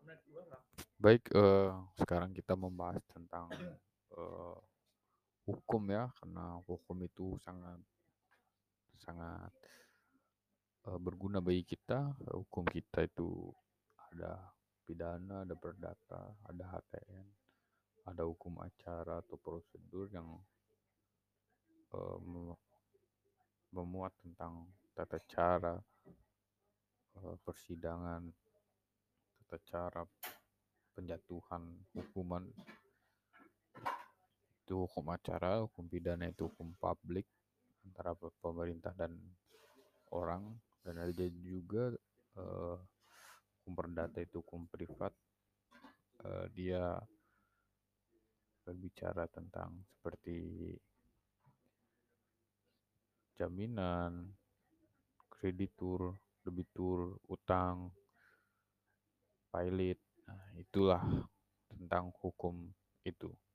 Baik, sekarang kita membahas tentang eh, hukum ya, karena hukum itu sangat sangat berguna bagi kita. Hukum kita itu ada pidana, ada perdata, ada HTN, ada hukum acara atau prosedur yang eh, mem- memuat tentang tata cara persidangan, tata cara penjatuhan hukuman. Itu hukum acara, hukum pidana itu hukum publik antara pemerintah dan orang, dan ada juga eh, hukum perdata itu hukum privat. Dia berbicara tentang seperti jaminan, kreditur, debitur, utang, pilot. Nah, itulah tentang hukum itu.